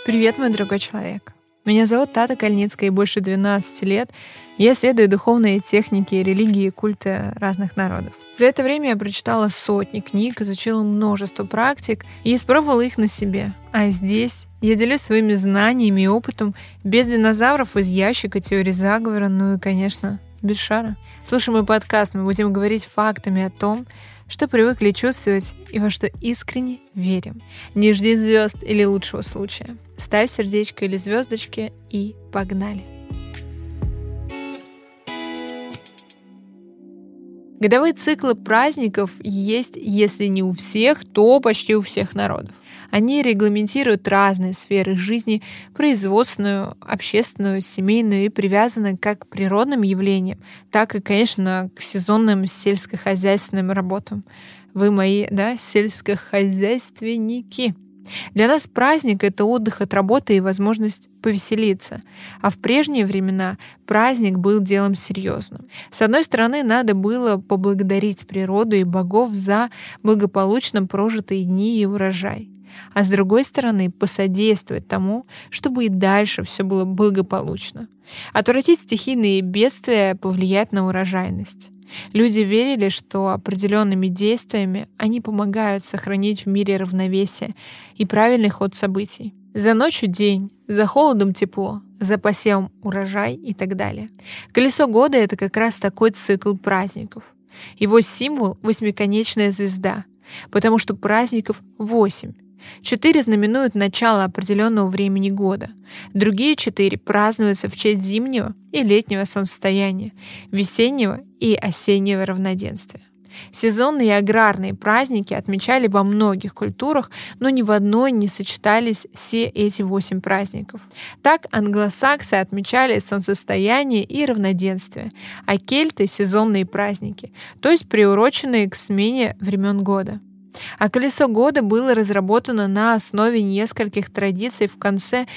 Привет, мой дорогой человек. Меня зовут Тата Кальницкая, и больше 12 лет я исследую духовные техники, религии и культы разных народов. За это время я прочитала сотни книг, изучила множество практик и испробовала их на себе. А здесь я делюсь своими знаниями и опытом без динозавров из ящика, теории заговора, ну и, конечно, без шара. Слушай мой подкаст, мы будем говорить фактами о том, что привыкли чувствовать и во что искренне верим. Не жди звезд или лучшего случая. Ставь сердечко или звездочки и погнали. Годовые циклы праздников есть, если не у всех, то почти у всех народов. Они регламентируют разные сферы жизни, производственную, общественную, семейную, и привязаны как к природным явлениям, так и, конечно, к сезонным сельскохозяйственным работам. Вы мои, сельскохозяйственники. Для нас праздник — это отдых от работы и возможность повеселиться. А в прежние времена праздник был делом серьезным. С одной стороны, надо было поблагодарить природу и богов за благополучно прожитые дни и урожай. А с другой стороны, посодействовать тому, чтобы и дальше все было благополучно. Отвратить стихийные бедствия, повлиять на урожайность. Люди верили, что определенными действиями они помогают сохранить в мире равновесие и правильный ход событий. За ночью день, за холодом тепло, за посевом урожай и так далее. Колесо года — это как раз такой цикл праздников. Его символ — восьмиконечная звезда, потому что праздников 8. 4 знаменуют начало определенного времени года. Другие 4 празднуются в честь зимнего и летнего солнцестояния, весеннего и осеннего равноденствия. Сезонные и аграрные праздники отмечали во многих культурах, но ни в одной не сочетались все эти 8 праздников. Так англосаксы отмечали солнцестояние и равноденствие, а кельты — сезонные праздники, то есть приуроченные к смене времен года. А колесо года было разработано на основе нескольких традиций в конце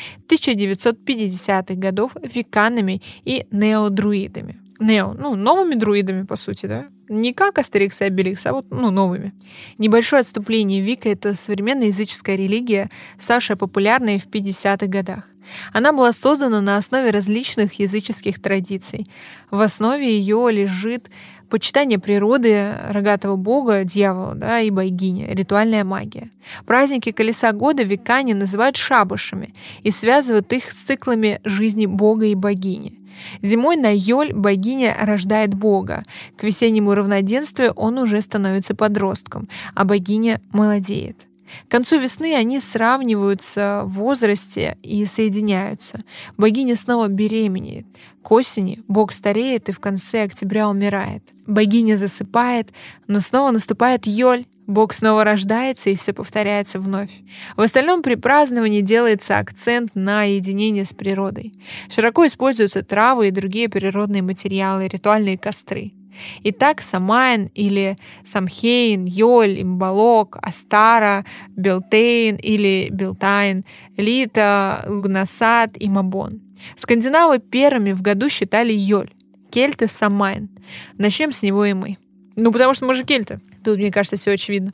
1950-х годов веканами и неодруидами. Новыми друидами, по сути, да? Не как Астерикс и Обеликс, а новыми. Небольшое отступление. Вика — это современная языческая религия, ставшая популярной в 50-х годах. Она была создана на основе различных языческих традиций. В основе ее лежит почитание природы, рогатого бога, дьявола, и богини, ритуальная магия. Праздники колеса года векане называют шабашами и связывают их с циклами жизни бога и богини. Зимой на Йоль богиня рождает бога. К весеннему равноденствию он уже становится подростком, а богиня молодеет. К концу весны они сравниваются в возрасте и соединяются. Богиня снова беременеет. К осени бог стареет и в конце октября умирает. Богиня засыпает, но снова наступает Йоль. Бог снова рождается, и все повторяется вновь. В остальном при праздновании делается акцент на единение с природой. Широко используются травы и другие природные материалы, ритуальные костры. Итак, Самайн или Самхейн, Йоль, Имбалок, Астара, Белтейн или Белтайн, Лита, Лугнасад и Мабон. Скандинавы первыми в году считали Йоль, кельты — Самайн. Начнем с него и мы. Потому что мы же кельты. Тут, мне кажется, все очевидно.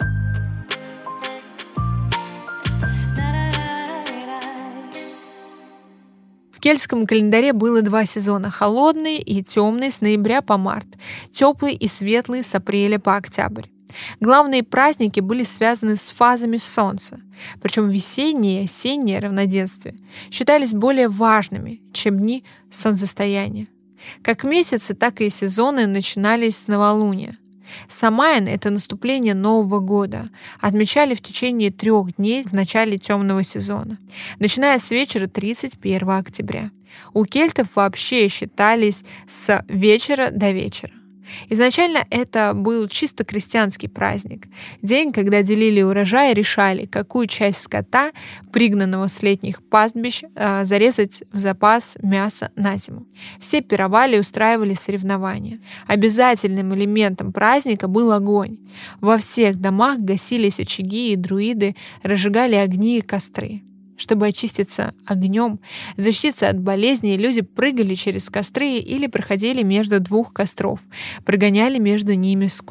В кельтском календаре было 2 сезона — холодный и темный с ноября по март, теплый и светлый с апреля по октябрь. Главные праздники были связаны с фазами Солнца, причем весеннее и осеннее равноденствие считались более важными, чем дни солнцестояния. Как месяцы, так и сезоны начинались с новолуния. Самайн — это наступление Нового года. Отмечали в течение 3 дней в начале темного сезона, начиная с вечера 31 октября. У кельтов вообще считались с вечера до вечера. Изначально это был чисто крестьянский праздник. День, когда делили урожай и решали, какую часть скота, пригнанного с летних пастбищ, зарезать в запас мяса на зиму. Все пировали и устраивали соревнования. Обязательным элементом праздника был огонь. Во всех домах гасились очаги, и друиды разжигали огни и костры. Чтобы очиститься огнем, защититься от болезней, люди прыгали через костры или проходили между 2 костров, прогоняли между ними скот.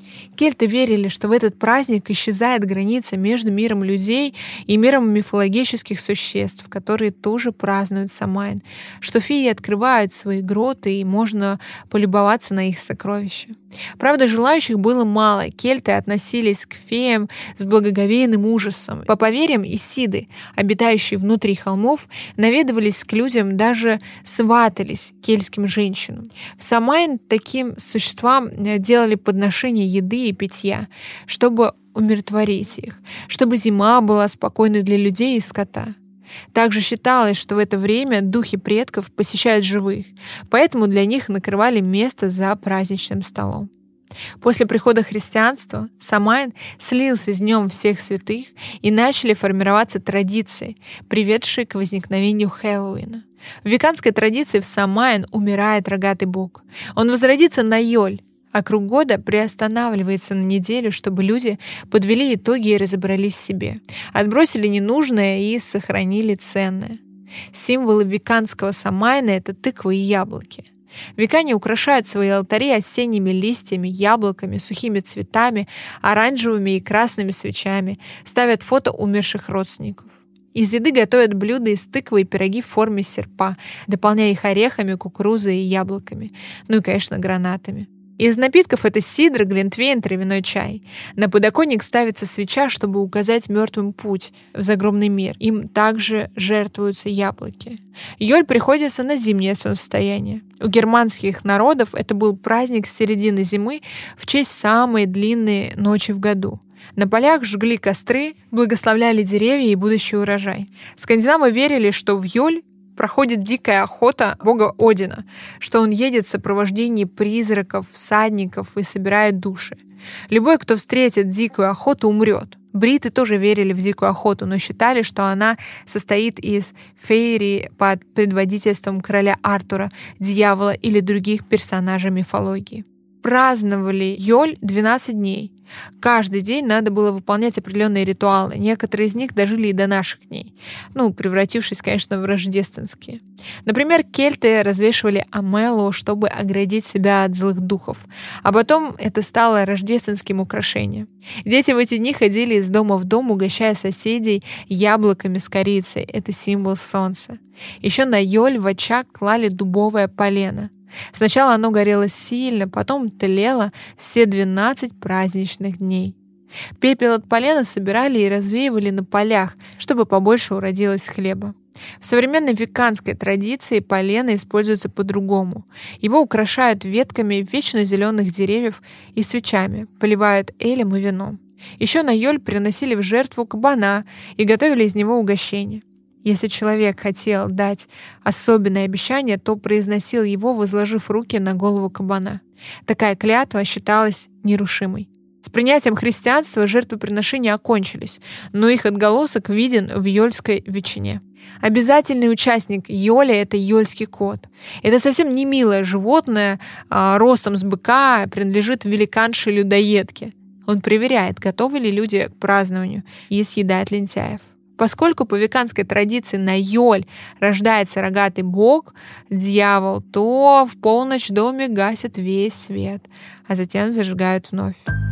Кельты верили, что в этот праздник исчезает граница между миром людей и миром мифологических существ, которые тоже празднуют Самайн, что феи открывают свои гроты и можно полюбоваться на их сокровища. Правда, желающих было мало. Кельты относились к феям с благоговейным ужасом. По поверьям, исиды, обитающие внутри холмов, наведывались к людям, даже сватались к кельтским женщинам. В Самайн таким существам делали подношение еды и питья, чтобы умиротворить их, чтобы зима была спокойной для людей и скота. Также считалось, что в это время духи предков посещают живых, поэтому для них накрывали место за праздничным столом. После прихода христианства Самайн слился с Днем всех святых и начали формироваться традиции, приведшие к возникновению Хэллоуина. В веканской традиции в Самайн умирает рогатый бог. Он возродится на Йоль, а круг года приостанавливается на неделю, чтобы люди подвели итоги и разобрались в себе, отбросили ненужное и сохранили ценное. Символы веканского Самайна — это тыквы и яблоки. Векане украшают свои алтари осенними листьями, яблоками, сухими цветами, оранжевыми и красными свечами, ставят фото умерших родственников. Из еды готовят блюда из тыквы и пироги в форме серпа, дополняя их орехами, кукурузой и яблоками, ну и, конечно, гранатами. Из напитков это сидр, глинтвейн, травяной чай. На подоконник ставится свеча, чтобы указать мертвым путь в загробный мир. Им также жертвуются яблоки. Йоль приходится на зимнее солнцестояние. У германских народов это был праздник с середины зимы в честь самой длинной ночи в году. На полях жгли костры, благословляли деревья и будущий урожай. Скандинавы верили, что в Йоль проходит дикая охота бога Одина, что он едет в сопровождении призраков, всадников и собирает души. Любой, кто встретит дикую охоту, умрет. Бриты тоже верили в дикую охоту, но считали, что она состоит из фейри под предводительством короля Артура, дьявола или других персонажей мифологии. Праздновали Йоль 12 дней. Каждый день надо было выполнять определенные ритуалы. Некоторые из них дожили и до наших дней, превратившись, конечно, в рождественские. Например, кельты развешивали амелу, чтобы оградить себя от злых духов. А потом это стало рождественским украшением. Дети в эти дни ходили из дома в дом, угощая соседей яблоками с корицей. Это символ солнца. Еще на Йоль в очаг клали дубовое полено. Сначала оно горело сильно, потом тлело все 12 праздничных дней. Пепел от полена собирали и развеивали на полях, чтобы побольше уродилось хлеба. В современной веканской традиции полено используется по-другому. Его украшают ветками вечно зеленых деревьев и свечами, поливают элем и вином. Еще на Йоль приносили в жертву кабана и готовили из него угощения. Если человек хотел дать особенное обещание, то произносил его, возложив руки на голову кабана. Такая клятва считалась нерушимой. С принятием христианства жертвоприношения окончились, но их отголосок виден в йольской ветчине. Обязательный участник Йоля — это йольский кот. Это совсем не милое животное, ростом с быка, принадлежит великанше-людоедке. Он проверяет, готовы ли люди к празднованию, и съедает лентяев. Поскольку по веканской традиции на Йоль рождается рогатый бог, дьявол, то в полночь в доме гасят весь свет, а затем зажигают вновь.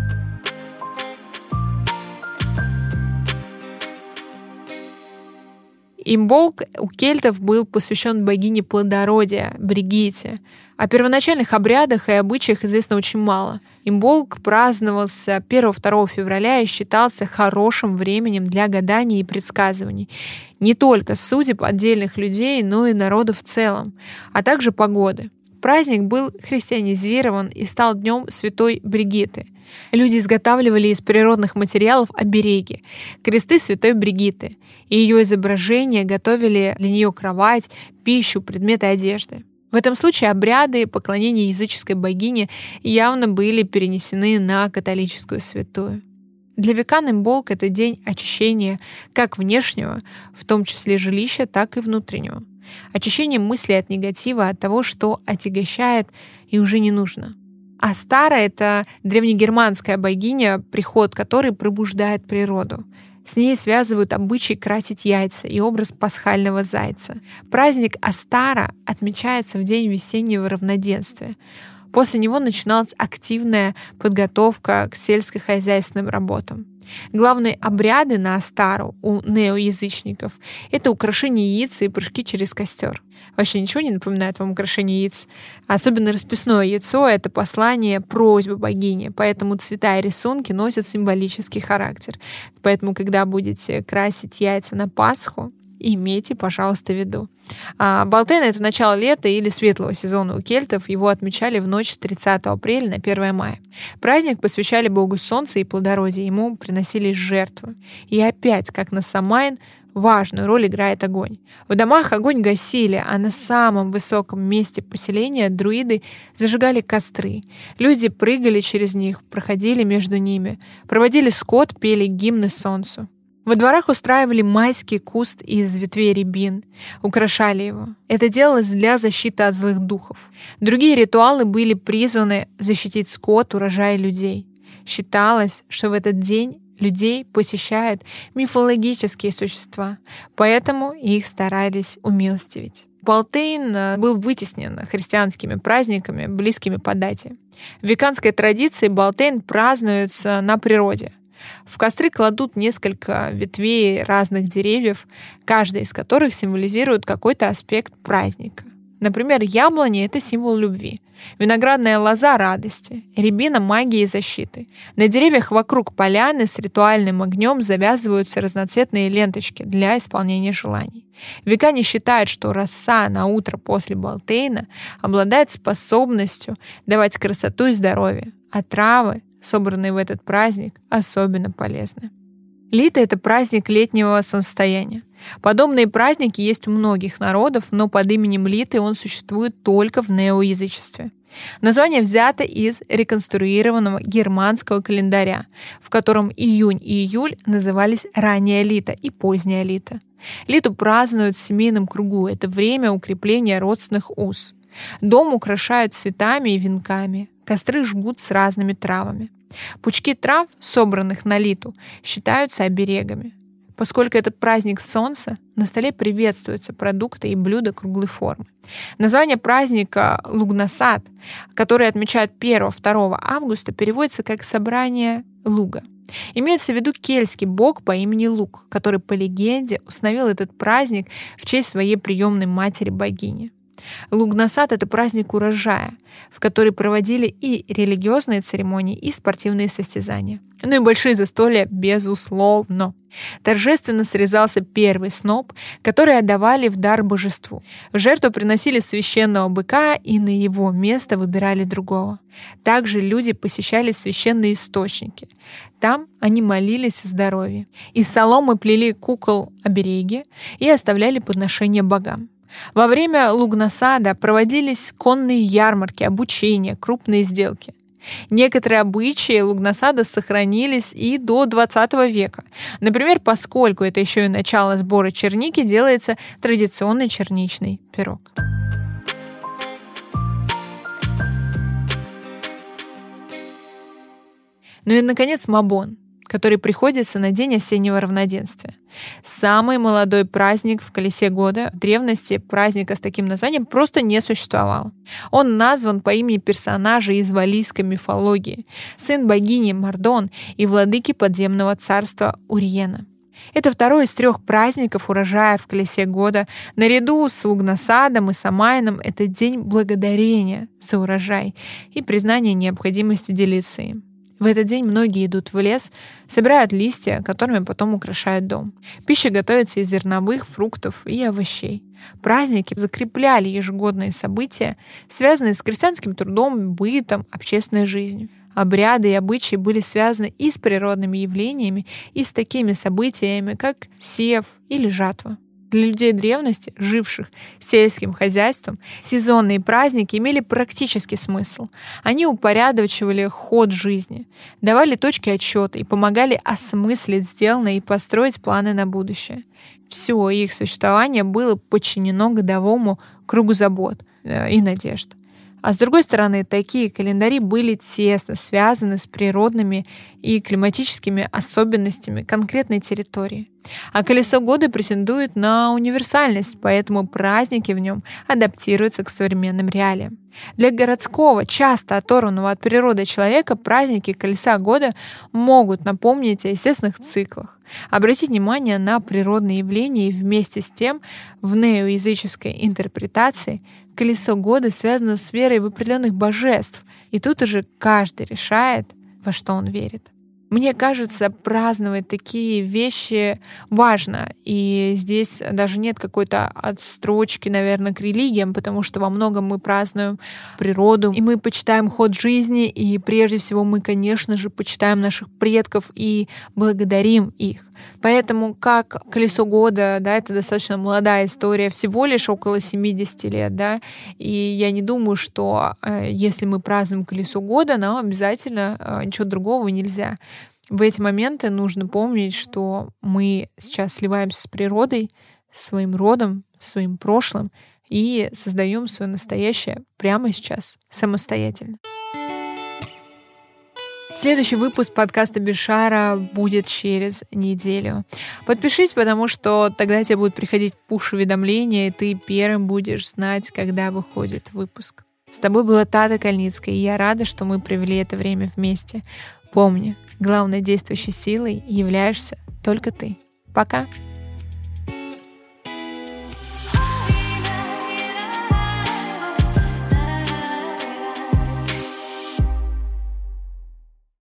Имболк у кельтов был посвящен богине плодородия Бригитте. О первоначальных обрядах и обычаях известно очень мало. Имболк праздновался 1-2 февраля и считался хорошим временем для гаданий и предсказываний. Не только судеб отдельных людей, но и народа в целом, а также погоды. Праздник был христианизирован и стал днем Святой Бригитты. Люди изготавливали из природных материалов обереги, кресты Святой Бригитты, и ее изображение готовили для нее кровать, пищу, предметы одежды. В этом случае обряды поклонения языческой богине явно были перенесены на католическую святую. Для векан Имболк — это день очищения как внешнего, в том числе жилища, так и внутреннего. Очищение мыслей от негатива, от того, что отягощает и уже не нужно. Астара — это древнегерманская богиня, приход которой пробуждает природу. С ней связывают обычай красить яйца и образ пасхального зайца. Праздник Астара отмечается в день весеннего равноденствия. После него начиналась активная подготовка к сельскохозяйственным работам. Главные обряды на Астару у неоязычников — это украшение яиц и прыжки через костер. Вообще ничего не напоминает вам украшение яиц? Особенно расписное яйцо — это послание, просьба богини, поэтому цвета и рисунки носят символический характер. Поэтому, когда будете красить яйца на Пасху, имейте, пожалуйста, в виду. Белтейн — это начало лета или светлого сезона у кельтов. Его отмечали в ночь с 30 апреля на 1 мая. Праздник посвящали богу солнца и плодородия. Ему приносились жертвы. И опять, как на Самайн, важную роль играет огонь. В домах огонь гасили, а на самом высоком месте поселения друиды зажигали костры. Люди прыгали через них, проходили между ними, проводили скот, пели гимны солнцу. Во дворах устраивали майский куст из ветвей рябин, украшали его. Это делалось для защиты от злых духов. Другие ритуалы были призваны защитить скот, урожай людей. Считалось, что в этот день людей посещают мифологические существа, поэтому их старались умилостивить. Белтейн был вытеснен христианскими праздниками, близкими по дате. В веканской традиции Белтейн празднуется на природе. В костры кладут несколько ветвей разных деревьев, каждая из которых символизирует какой-то аспект праздника. Например, яблони — это символ любви, виноградная лоза — радости, рябина — магии и защиты. На деревьях вокруг поляны с ритуальным огнем завязываются разноцветные ленточки для исполнения желаний. Векане считают, что роса на утро после Белтейна обладает способностью давать красоту и здоровье, а травы, собранные в этот праздник, особенно полезны. Лита — это праздник летнего солнцестояния. Подобные праздники есть у многих народов, но под именем Литы он существует только в неоязычестве. Название взято из реконструированного германского календаря, в котором июнь и июль назывались ранняя Лита и поздняя Лита. Литу празднуют в семейном кругу. Это время укрепления родственных уз. Дом украшают цветами и венками. Костры жгут с разными травами. Пучки трав, собранных на Литу, считаются оберегами. Поскольку это праздник солнца, на столе приветствуются продукты и блюда круглой формы. Название праздника Лугнасад, который отмечают 1-2 августа, переводится как «собрание луга». Имеется в виду кельтский бог по имени Луг, который, по легенде, установил этот праздник в честь своей приемной матери-богини. Лугнасад — это праздник урожая, в который проводили и религиозные церемонии, и спортивные состязания. Ну и большие застолья, безусловно. Торжественно срезался первый сноп, который отдавали в дар божеству. В жертву приносили священного быка, и на его место выбирали другого. Также люди посещали священные источники. Там они молились о здоровье. Из соломы плели кукол-обереги и оставляли подношения богам. Во время Лугнасада проводились конные ярмарки, обучение, крупные сделки. Некоторые обычаи Лугнасада сохранились и до 20 века. Например, поскольку это еще и начало сбора черники, делается традиционный черничный пирог. Ну и, наконец, Мабон, который приходится на день осеннего равноденствия. Самый молодой праздник в колесе года. В древности праздника с таким названием просто не существовал. Он назван по имени персонажа из валлийской мифологии, сын богини Мардон и владыки подземного царства Уриена. Это второй из 3 праздников урожая в колесе года. Наряду с Лугнасадом и Самайном это день благодарения за урожай и признания необходимости делиться им. В этот день многие идут в лес, собирают листья, которыми потом украшают дом. Пища готовится из зерновых, фруктов и овощей. Праздники закрепляли ежегодные события, связанные с крестьянским трудом, бытом, общественной жизнью. Обряды и обычаи были связаны и с природными явлениями, и с такими событиями, как сев или жатва. Для людей древности, живших сельским хозяйством, сезонные праздники имели практический смысл. Они упорядочивали ход жизни, давали точки отсчета и помогали осмыслить сделанное и построить планы на будущее. Все их существование было подчинено годовому кругу забот и надежд. А с другой стороны, такие календари были тесно связаны с природными и климатическими особенностями конкретной территории. А колесо года претендует на универсальность, поэтому праздники в нем адаптируются к современным реалиям. Для городского, часто оторванного от природы человека, праздники колеса года могут напомнить о естественных циклах, обратить внимание на природные явления, и вместе с тем в неоязыческой интерпретации колесо года связано с верой в определенных божеств, и тут уже каждый решает, во что он верит. Мне кажется, праздновать такие вещи важно. И здесь даже нет какой-то отстрочки, наверное, к религиям, потому что во многом мы празднуем природу, и мы почитаем ход жизни, и прежде всего мы, конечно же, почитаем наших предков и благодарим их. Поэтому как колесо года, да, это достаточно молодая история, всего лишь около 70 лет, да, и я не думаю, что если мы празднуем колесо года, нам обязательно ничего другого нельзя. В эти моменты нужно помнить, что мы сейчас сливаемся с природой, своим родом, своим прошлым и создаем свое настоящее прямо сейчас, самостоятельно. Следующий выпуск подкаста Бишара будет через неделю. Подпишись, потому что тогда тебе будут приходить пуш-уведомления, и ты первым будешь знать, когда выходит выпуск. С тобой была Тата Кальницкая, и я рада, что мы провели это время вместе. Помни, главной действующей силой являешься только ты. Пока!